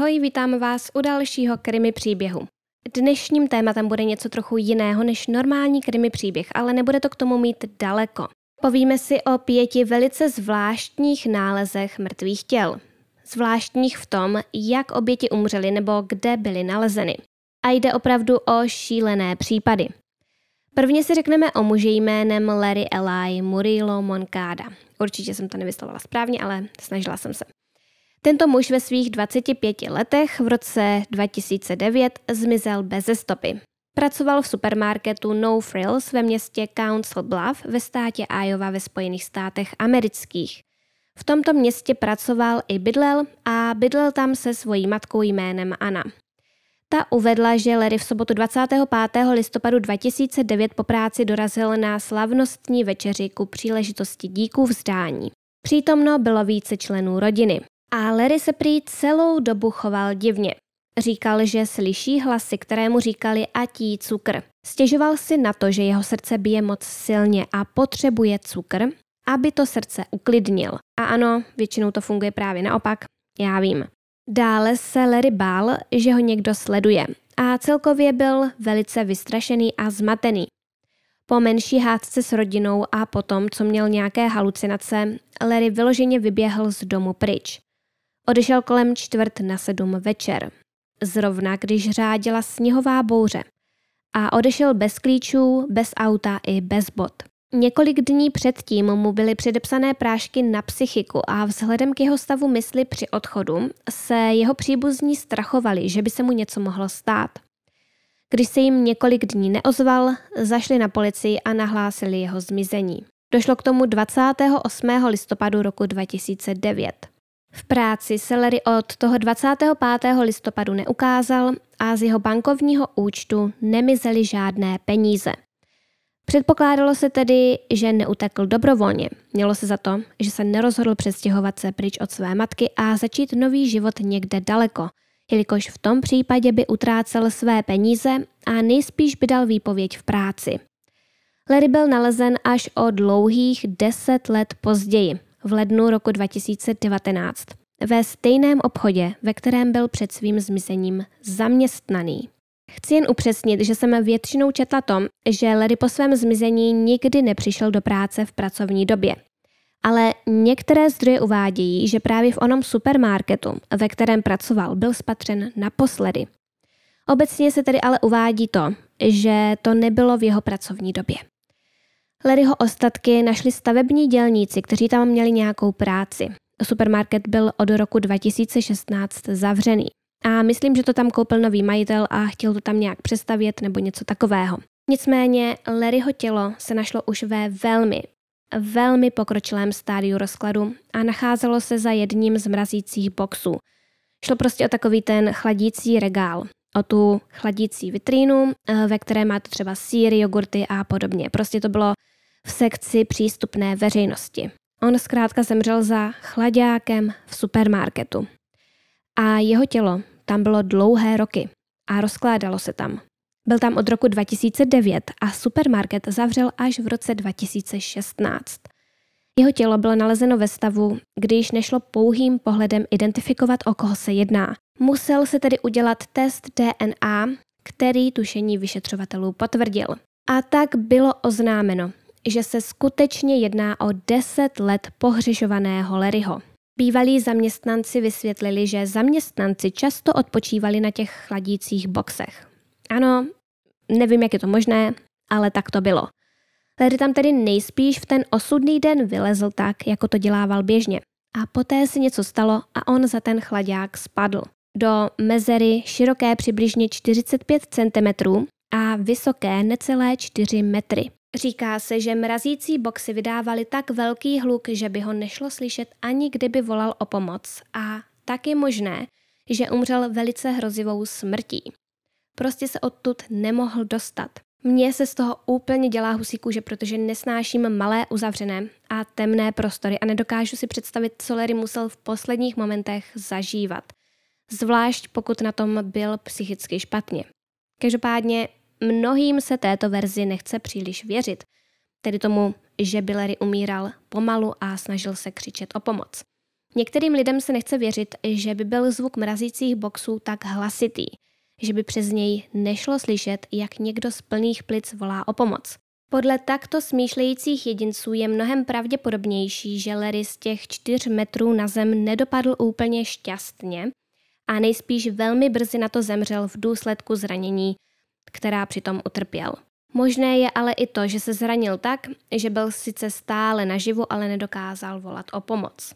Ahoj, vítám vás u dalšího krimi příběhu. Dnešním tématem bude něco trochu jiného než normální krimi příběh, ale nebude to k tomu mít daleko. Povíme si o 5 velice zvláštních nálezech mrtvých těl. Zvláštních v tom, jak oběti umřely nebo kde byly nalezeny. A jde opravdu o šílené případy. Prvně si řekneme o muži jménem Larry Eli Murillo Moncada. Určitě jsem to nevyslovila správně, ale snažila jsem se. Tento muž ve svých 25 letech v roce 2009 zmizel beze stopy. Pracoval v supermarketu No Frills ve městě Council Bluff ve státě Iowa ve Spojených státech amerických. V tomto městě pracoval i bydlel a bydlel tam se svojí matkou jménem Anna. Ta uvedla, že Larry v sobotu 25. listopadu 2009 po práci dorazil na slavnostní večeři ku příležitosti díků vzdání. Přítomno bylo více členů rodiny. A Larry se prý celou dobu choval divně. Říkal, že slyší hlasy, které mu říkali ať jí cukr. Stěžoval si na to, že jeho srdce bije moc silně a potřebuje cukr, aby to srdce uklidnil. A ano, většinou to funguje právě naopak, já vím. Dále se Larry bál, že ho někdo sleduje a celkově byl velice vystrašený a zmatený. Po menší hádce s rodinou a potom, co měl nějaké halucinace, Larry vyloženě vyběhl z domu pryč. Odešel kolem 6:45 večer, zrovna když řádila sněhová bouře. A odešel bez klíčů, bez auta i bez bot. Několik dní předtím mu byly předepsané prášky na psychiku a vzhledem k jeho stavu mysli při odchodu se jeho příbuzní strachovali, že by se mu něco mohlo stát. Když se jim několik dní neozval, zašli na policii a nahlásili jeho zmizení. Došlo k tomu 28. listopadu roku 2009. V práci se Larry od toho 25. listopadu neukázal a z jeho bankovního účtu nemizely žádné peníze. Předpokládalo se tedy, že neutekl dobrovolně. Mělo se za to, že se nerozhodl přestěhovat se pryč od své matky a začít nový život někde daleko, jelikož v tom případě by utrácel své peníze a nejspíš by dal výpověď v práci. Larry byl nalezen až o dlouhých 10 let později, v lednu roku 2019, ve stejném obchodě, ve kterém byl před svým zmizením zaměstnaný. Chci jen upřesnit, že jsem většinou četla tom, že Larry po svém zmizení nikdy nepřišel do práce v pracovní době. Ale některé zdroje uvádějí, že právě v onom supermarketu, ve kterém pracoval, byl spatřen naposledy. Obecně se tedy ale uvádí to, že to nebylo v jeho pracovní době. Larryho ostatky našli stavební dělníci, kteří tam měli nějakou práci. Supermarket byl od roku 2016 zavřený. A myslím, že to tam koupil nový majitel a chtěl to tam nějak přestavět nebo něco takového. Nicméně Larryho tělo se našlo už ve velmi pokročilém stádiu rozkladu a nacházelo se za jedním z mrazících boxů. Šlo prostě o takový ten chladící regál, o tu chladící vitrínu, ve které máte třeba sýry, jogurty a podobně. Prostě to bylo v sekci přístupné veřejnosti. On zkrátka zemřel za chlaďákem v supermarketu. A jeho tělo tam bylo dlouhé roky a rozkládalo se tam. Byl tam od roku 2009 a supermarket zavřel až v roce 2016. Jeho tělo bylo nalezeno ve stavu, když nešlo pouhým pohledem identifikovat, o koho se jedná. Musel se tedy udělat test DNA, který tušení vyšetřovatelů potvrdil. A tak bylo oznámeno, že se skutečně jedná o 10 let pohřešovaného Larryho. Bývalí zaměstnanci vysvětlili, že zaměstnanci často odpočívali na těch chladících boxech. Ano, nevím, jak je to možné, ale tak to bylo. Larry tam tedy nejspíš v ten osudný den vylezl tak, jako to dělával běžně. A poté se něco stalo a on za ten chlaďák spadl. Do mezery široké přibližně 45 cm a vysoké necelé 4 metry. Říká se, že mrazící boxy vydávaly tak velký hluk, že by ho nešlo slyšet ani kdyby volal o pomoc. A tak je možné, že umřel velice hrozivou smrtí. Prostě se odtud nemohl dostat. Mně se z toho úplně dělá husí kůže, protože nesnáším malé uzavřené a temné prostory a nedokážu si představit, co Larry musel v posledních momentech zažívat. Zvlášť pokud na tom byl psychicky špatně. Každopádně mnohým se této verzi nechce příliš věřit, tedy tomu, že by Larry umíral pomalu a snažil se křičet o pomoc. Některým lidem se nechce věřit, že by byl zvuk mrazících boxů tak hlasitý, že by přes něj nešlo slyšet, jak někdo z plných plic volá o pomoc. Podle takto smýšlejících jedinců je mnohem pravděpodobnější, že Larry z těch 4 metrů na zem nedopadl úplně šťastně a nejspíš velmi brzy na to zemřel v důsledku zranění, která přitom utrpěl. Možné je ale i to, že se zranil tak, že byl sice stále naživu, ale nedokázal volat o pomoc.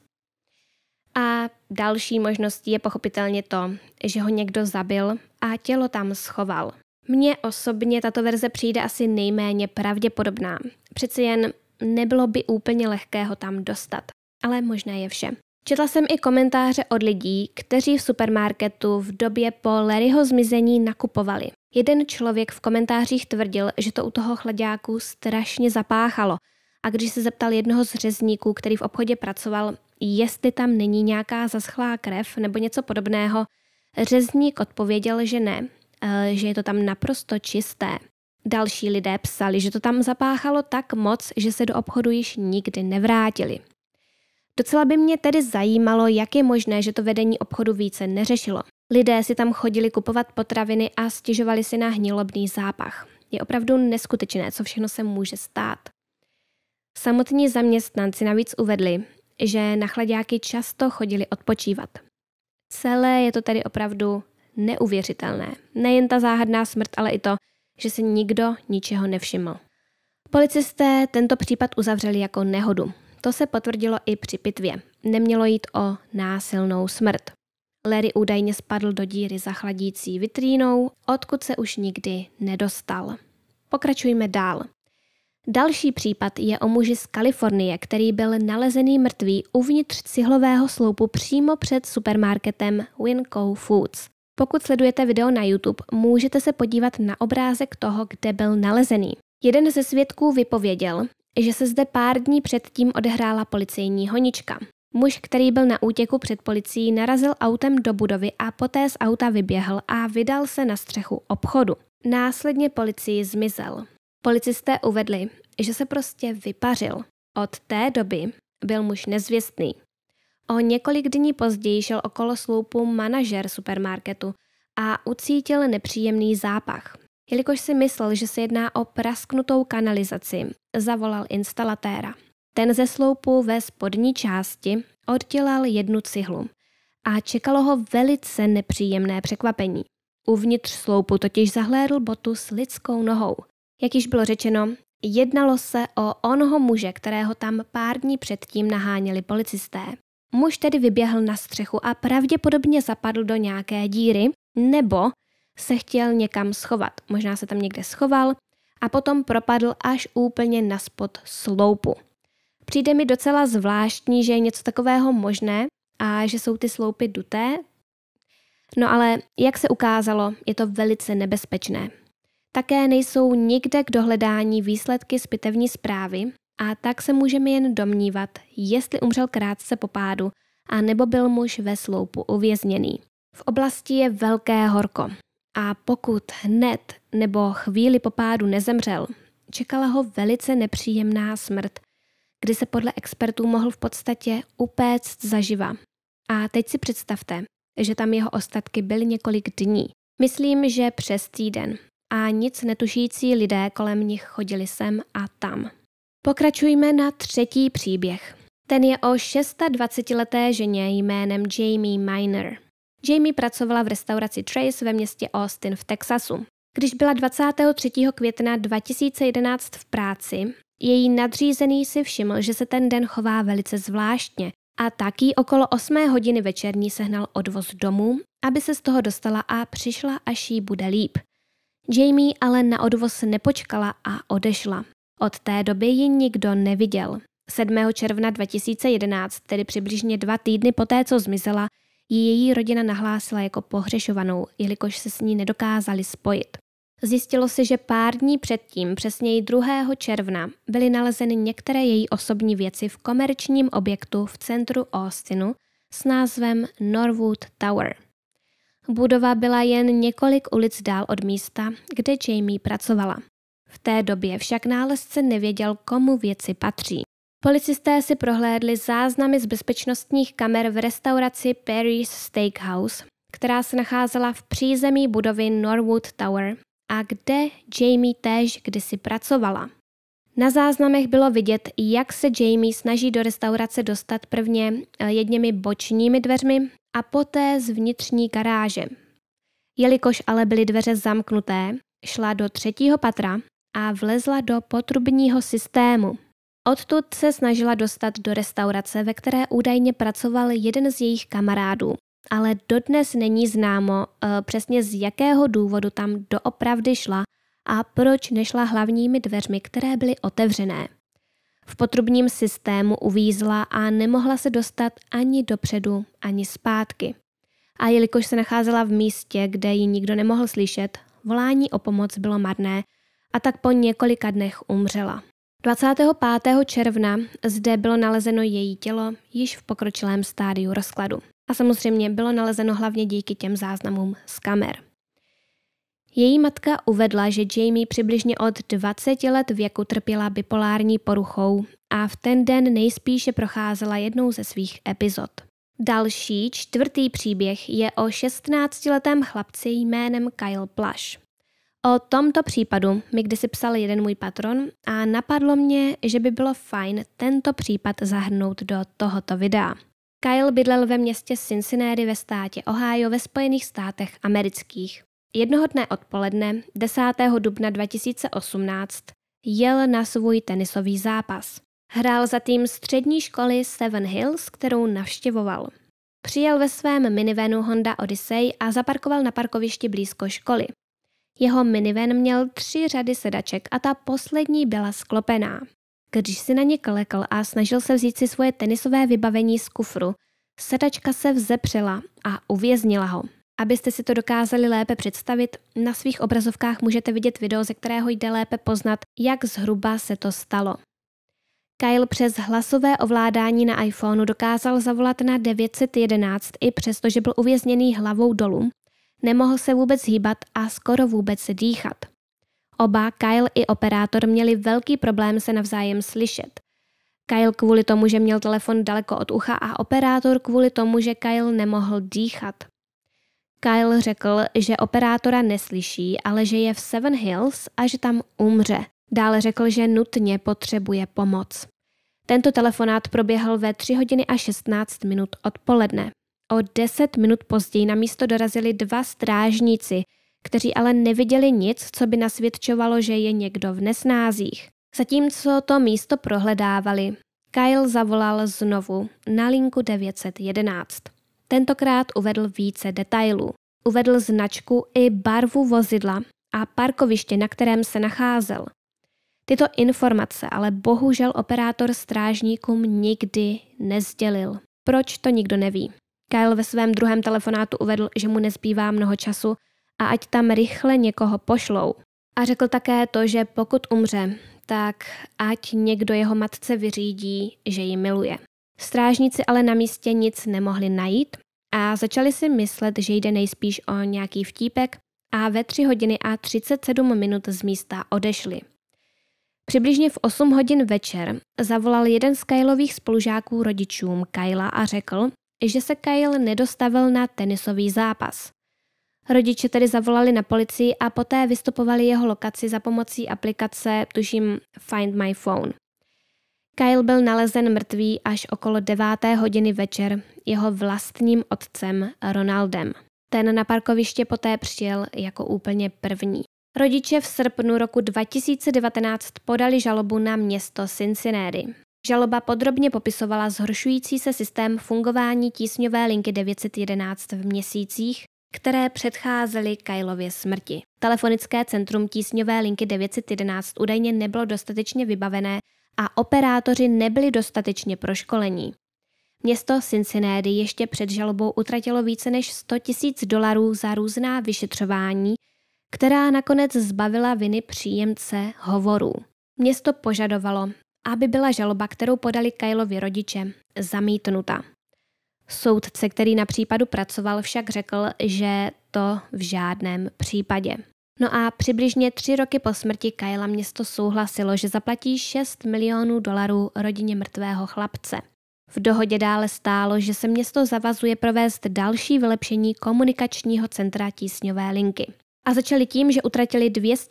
A další možností je pochopitelně to, že ho někdo zabil a tělo tam schoval. Mně osobně tato verze přijde asi nejméně pravděpodobná. Přeci jen nebylo by úplně lehké ho tam dostat, ale možné je vše. Četla jsem i komentáře od lidí, kteří v supermarketu v době po Larryho zmizení nakupovali. Jeden člověk v komentářích tvrdil, že to u toho chlaďáku strašně zapáchalo a když se zeptal jednoho z řezníků, který v obchodě pracoval, jestli tam není nějaká zaschlá krev nebo něco podobného, řezník odpověděl, že ne, že je to tam naprosto čisté. Další lidé psali, že to tam zapáchalo tak moc, že se do obchodu již nikdy nevrátili. Docela by mě tedy zajímalo, jak je možné, že to vedení obchodu více neřešilo. Lidé si tam chodili kupovat potraviny a stěžovali si na hnilobný zápach. Je opravdu neskutečné, co všechno se může stát. Samotní zaměstnanci navíc uvedli, že na chlaďáky často chodili odpočívat. Celé je to tedy opravdu neuvěřitelné. Nejen ta záhadná smrt, ale i to, že si nikdo ničeho nevšiml. Policisté tento případ uzavřeli jako nehodu. To se potvrdilo i při pitvě. Nemělo jít o násilnou smrt. Larry údajně spadl do díry za chladící vitrínou, odkud se už nikdy nedostal. Pokračujme dál. Další případ je o muži z Kalifornie, který byl nalezený mrtvý uvnitř cihlového sloupu přímo před supermarketem Winco Foods. Pokud sledujete video na YouTube, můžete se podívat na obrázek toho, kde byl nalezený. Jeden ze svědků vypověděl, že se zde pár dní předtím odehrála policejní honička. Muž, který byl na útěku před policií, narazil autem do budovy a poté z auta vyběhl a vydal se na střechu obchodu. Následně policii zmizel. Policisté uvedli, že se prostě vypařil. Od té doby byl muž nezvěstný. O několik dní později šel okolo sloupu manažer supermarketu a ucítil nepříjemný zápach. Jelikož si myslel, že se jedná o prasknutou kanalizaci, zavolal instalatéra. Ten ze sloupu ve spodní části oddělal 1 cihlu a čekalo ho velice nepříjemné překvapení. Uvnitř sloupu totiž zahlédl botu s lidskou nohou. Jak již bylo řečeno, jednalo se o onoho muže, kterého tam pár dní předtím naháněli policisté. Muž tedy vyběhl na střechu a pravděpodobně zapadl do nějaké díry, nebo se chtěl někam schovat. Možná se tam někde schoval a potom propadl až úplně naspod sloupu. Přijde mi docela zvláštní, že je něco takového možné a že jsou ty sloupy duté. No ale jak se ukázalo, je to velice nebezpečné. Také nejsou nikde k dohledání výsledky z pitevní zprávy a tak se můžeme jen domnívat, jestli umřel krátce po pádu a nebo byl muž ve sloupu uvězněný. V oblasti je velké horko a pokud hned nebo chvíli po pádu nezemřel, čekala ho velice nepříjemná smrt, kdy se podle expertů mohl v podstatě upéct zaživa. A teď si představte, že tam jeho ostatky byly několik dní. Myslím, že přes týden. A nic netušící lidé kolem nich chodili sem a tam. Pokračujme na 3. příběh. Ten je o 26leté ženě jménem Jamie Miner. Jamie pracovala v restauraci Trace ve městě Austin v Texasu. Když byla 23. května 2011 v práci, její nadřízený si všiml, že se ten den chová velice zvláštně a taky okolo 8 hodiny večerní sehnal odvoz domů, aby se z toho dostala a přišla, až jí bude líp. Jamie ale na odvoz nepočkala a odešla. Od té doby ji nikdo neviděl. 7. června 2011, tedy přibližně 2 týdny poté, co zmizela, ji její rodina nahlásila jako pohřešovanou, jelikož se s ní nedokázali spojit. Zjistilo se, že pár dní předtím, přesněji 2. června, byly nalezeny některé její osobní věci v komerčním objektu v centru Austinu s názvem Norwood Tower. Budova byla jen několik ulic dál od místa, kde Jamie pracovala. V té době však nálezce nevěděl, komu věci patří. Policisté si prohlédli záznamy z bezpečnostních kamer v restauraci Perry's Steakhouse, která se nacházela v přízemí budovy Norwood Tower a kde Jamie též kdysi pracovala. Na záznamech bylo vidět, jak se Jamie snaží do restaurace dostat prvně jedněmi bočními dveřmi a poté z vnitřní garáže. Jelikož ale byly dveře zamknuté, šla do 3. patra a vlezla do potrubního systému. Odtud se snažila dostat do restaurace, ve které údajně pracoval jeden z jejich kamarádů, ale dodnes není známo přesně z jakého důvodu tam doopravdy šla a proč nešla hlavními dveřmi, které byly otevřené. V potrubním systému uvízla a nemohla se dostat ani dopředu, ani zpátky. A jelikož se nacházela v místě, kde ji nikdo nemohl slyšet, volání o pomoc bylo marné a tak po několika dnech umřela. 25. června zde bylo nalezeno její tělo již v pokročilém stádiu rozkladu. A samozřejmě bylo nalezeno hlavně díky těm záznamům z kamer. Její matka uvedla, že Jamie přibližně od 20 let věku trpěla bipolární poruchou a v ten den nejspíše procházela jednou ze svých epizod. Další, 4. příběh je o 16letém chlapci jménem Kyle Plush. O tomto případu mi kdysi psal jeden můj patron a napadlo mě, že by bylo fajn tento případ zahrnout do tohoto videa. Kyle bydlel ve městě Cincinnati ve státě Ohio ve Spojených státech amerických. Jednoho dne odpoledne 10. dubna 2018 jel na svůj tenisový zápas. Hrál za tým střední školy Seven Hills, kterou navštěvoval. Přijel ve svém minivanu Honda Odyssey a zaparkoval na parkovišti blízko školy. Jeho minivan měl 3 řady sedaček a ta poslední byla sklopená. Když si na ně klekl a snažil se vzít si svoje tenisové vybavení z kufru, sedačka se vzepřela a uvěznila ho. Abyste si to dokázali lépe představit, na svých obrazovkách můžete vidět video, ze kterého jde lépe poznat, jak zhruba se to stalo. Kyle přes hlasové ovládání na iPhoneu dokázal zavolat na 911 i přesto, že byl uvězněný hlavou dolů. Nemohl se vůbec hýbat a skoro vůbec dýchat. Oba, Kyle i operátor, měli velký problém se navzájem slyšet. Kyle kvůli tomu, že měl telefon daleko od ucha a operátor kvůli tomu, že Kyle nemohl dýchat. Kyle řekl, že operátora neslyší, ale že je v Seven Hills a že tam umře. Dále řekl, že nutně potřebuje pomoc. Tento telefonát proběhl ve 3 hodiny a 16 minut odpoledne. O 10 minut později na místo dorazili 2 strážníci, kteří ale neviděli nic, co by nasvědčovalo, že je někdo v nesnázích. Zatímco to místo prohledávali, Kyle zavolal znovu na linku 911. Tentokrát uvedl více detailů. Uvedl značku i barvu vozidla a parkoviště, na kterém se nacházel. Tyto informace ale bohužel operátor strážníkům nikdy nesdělil. Proč, to nikdo neví. Kyle ve svém druhém telefonátu uvedl, že mu nezbývá mnoho času a ať tam rychle někoho pošlou. A řekl také to, že pokud umře, tak ať někdo jeho matce vyřídí, že ji miluje. Strážníci ale na místě nic nemohli najít a začali si myslet, že jde nejspíš o nějaký vtípek a ve 3 hodiny a 37 minut z místa odešli. Přibližně v 8 hodin večer zavolal jeden z Kylových spolužáků rodičům Kyla a řekl, že se Kyle nedostavil na tenisový zápas. Rodiče tedy zavolali na policii a poté vystupovali jeho lokaci za pomocí aplikace, tuším Find My Phone. Kyle byl nalezen mrtvý až okolo 9. hodiny večer jeho vlastním otcem Ronaldem. Ten na parkoviště poté přijel jako úplně první. Rodiče v srpnu roku 2019 podali žalobu na město Cincinnati. Žaloba podrobně popisovala zhoršující se systém fungování tísňové linky 911 v měsících, které předcházely Kylově smrti. Telefonické centrum tísňové linky 911 údajně nebylo dostatečně vybavené a operátoři nebyli dostatečně proškolení. Město Cincinnati ještě před žalobou utratilo více než $100,000 za různá vyšetřování, která nakonec zbavila viny příjemce hovorů. Město požadovalo, aby byla žaloba, kterou podali Kylovi rodiče, zamítnuta. Soudce, který na případu pracoval, však řekl, že to v žádném případě. No a přibližně 3 roky po smrti Kyla město souhlasilo, že zaplatí $6 milionů rodině mrtvého chlapce. V dohodě dále stálo, že se město zavazuje provést další vylepšení komunikačního centra tísňové linky. A začali tím, že utratili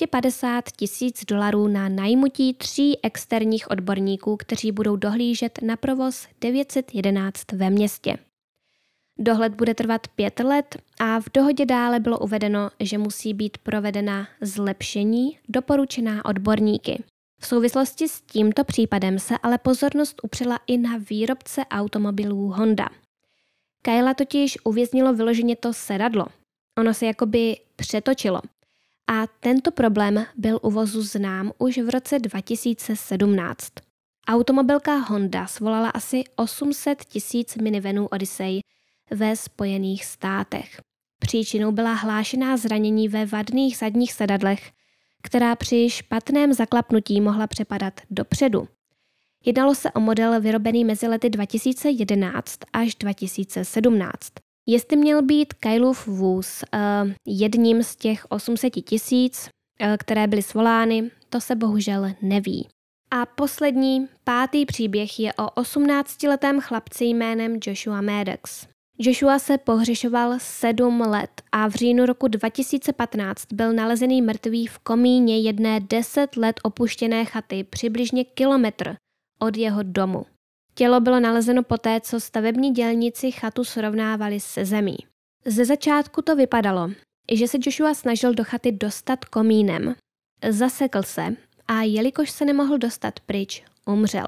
$250,000 na najmutí 3 externích odborníků, kteří budou dohlížet na provoz 911 ve městě. Dohled bude trvat 5 let a v dohodě dále bylo uvedeno, že musí být provedena zlepšení doporučená odborníky. V souvislosti s tímto případem se ale pozornost upřela i na výrobce automobilů Honda. Kyla totiž uvěznilo vyloženě to sedadlo. Ono se jakoby přetočilo. A tento problém byl u vozu znám už v roce 2017. Automobilka Honda svolala asi 800,000 minivanů Odyssey ve Spojených státech. Příčinou byla hlášená zranění ve vadných zadních sedadlech, která při špatném zaklapnutí mohla přepadat dopředu. Jednalo se o model vyrobený mezi lety 2011 až 2017. Jestli měl být Kylův vůz jedním z těch 800,000, které byly svolány, to se bohužel neví. A poslední, 5. příběh je o 18letém chlapci jménem Joshua Maddox. Joshua se pohřešoval 7 let a v říjnu roku 2015 byl nalezený mrtvý v komíně jedné 10 let opuštěné chaty přibližně kilometr od jeho domu. Tělo bylo nalezeno poté, co stavební dělníci chatu srovnávali se zemí. Ze začátku to vypadalo, že se Joshua snažil do chaty dostat komínem. Zasekl se a jelikož se nemohl dostat pryč, umřel.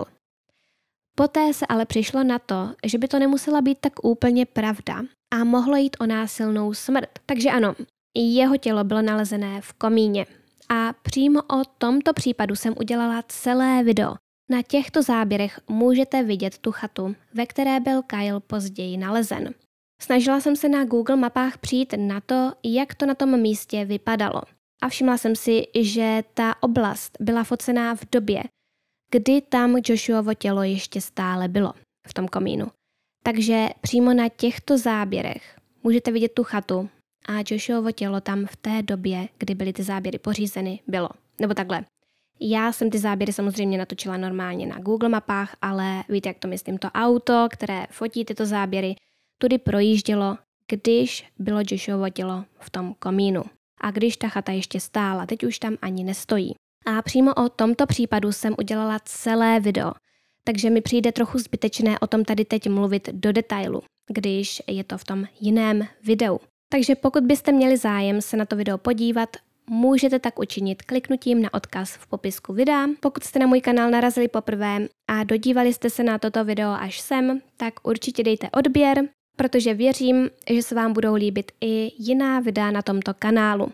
Poté se ale přišlo na to, že by to nemusela být tak úplně pravda a mohlo jít o násilnou smrt. Takže ano, jeho tělo bylo nalezené v komíně. A přímo o tomto případu jsem udělala celé video. Na těchto záběrech můžete vidět tu chatu, ve které byl Kyle později nalezen. Snažila jsem se na Google mapách přijít na to, jak to na tom místě vypadalo. A všimla jsem si, že ta oblast byla focená v době, kdy tam Joshuovo tělo ještě stále bylo, v tom komínu. Takže přímo na těchto záběrech můžete vidět tu chatu a Joshuovo tělo tam v té době, kdy byly ty záběry pořízeny, bylo. Nebo takhle. Já jsem ty záběry samozřejmě natočila normálně na Google mapách, ale víte, jak to myslím, to auto, které fotí tyto záběry, tudy projíždělo, když bylo Joshuovo tělo v tom komínu. A když ta chata ještě stála, teď už tam ani nestojí. A přímo o tomto případu jsem udělala celé video, takže mi přijde trochu zbytečné o tom tady teď mluvit do detailu, když je to v tom jiném videu. Takže pokud byste měli zájem se na to video podívat, můžete tak učinit kliknutím na odkaz v popisku videa. Pokud jste na můj kanál narazili poprvé a dodívali jste se na toto video až sem, tak určitě dejte odběr, protože věřím, že se vám budou líbit i jiná videa na tomto kanálu.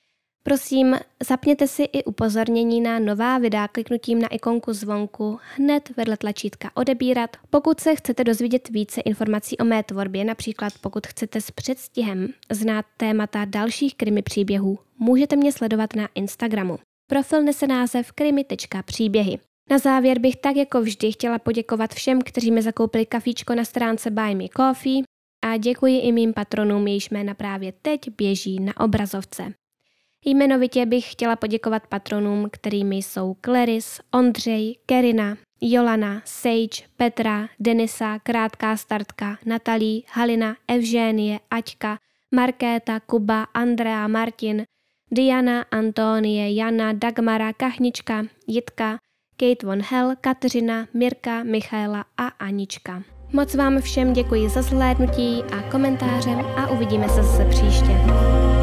Prosím, zapněte si i upozornění na nová videa kliknutím na ikonku zvonku hned vedle tlačítka odebírat. Pokud se chcete dozvědět více informací o mé tvorbě, například pokud chcete s předstihem znát témata dalších krimi příběhů, můžete mě sledovat na Instagramu. Profil nese název krimi.příběhy. Na závěr bych tak jako vždy chtěla poděkovat všem, kteří mi zakoupili kafíčko na stránce Buy Me Coffee a děkuji i mým patronům, jejichž jména právě teď běží na obrazovce. Jmenovitě bych chtěla poděkovat patronům, kterými jsou Claris, Ondřej, Kerina, Jolana, Sage, Petra, Denisa, Krátká startka, Natalí, Halina, Evžénie, Aťka, Markéta, Kuba, Andrea, Martin, Diana, Antonie, Jana, Dagmara, Kachnička, Jitka, Kate von Hell, Kateřina, Mirka, Michaela a Anička. Moc vám všem děkuji za zhlédnutí a komentářem a uvidíme se zase příště.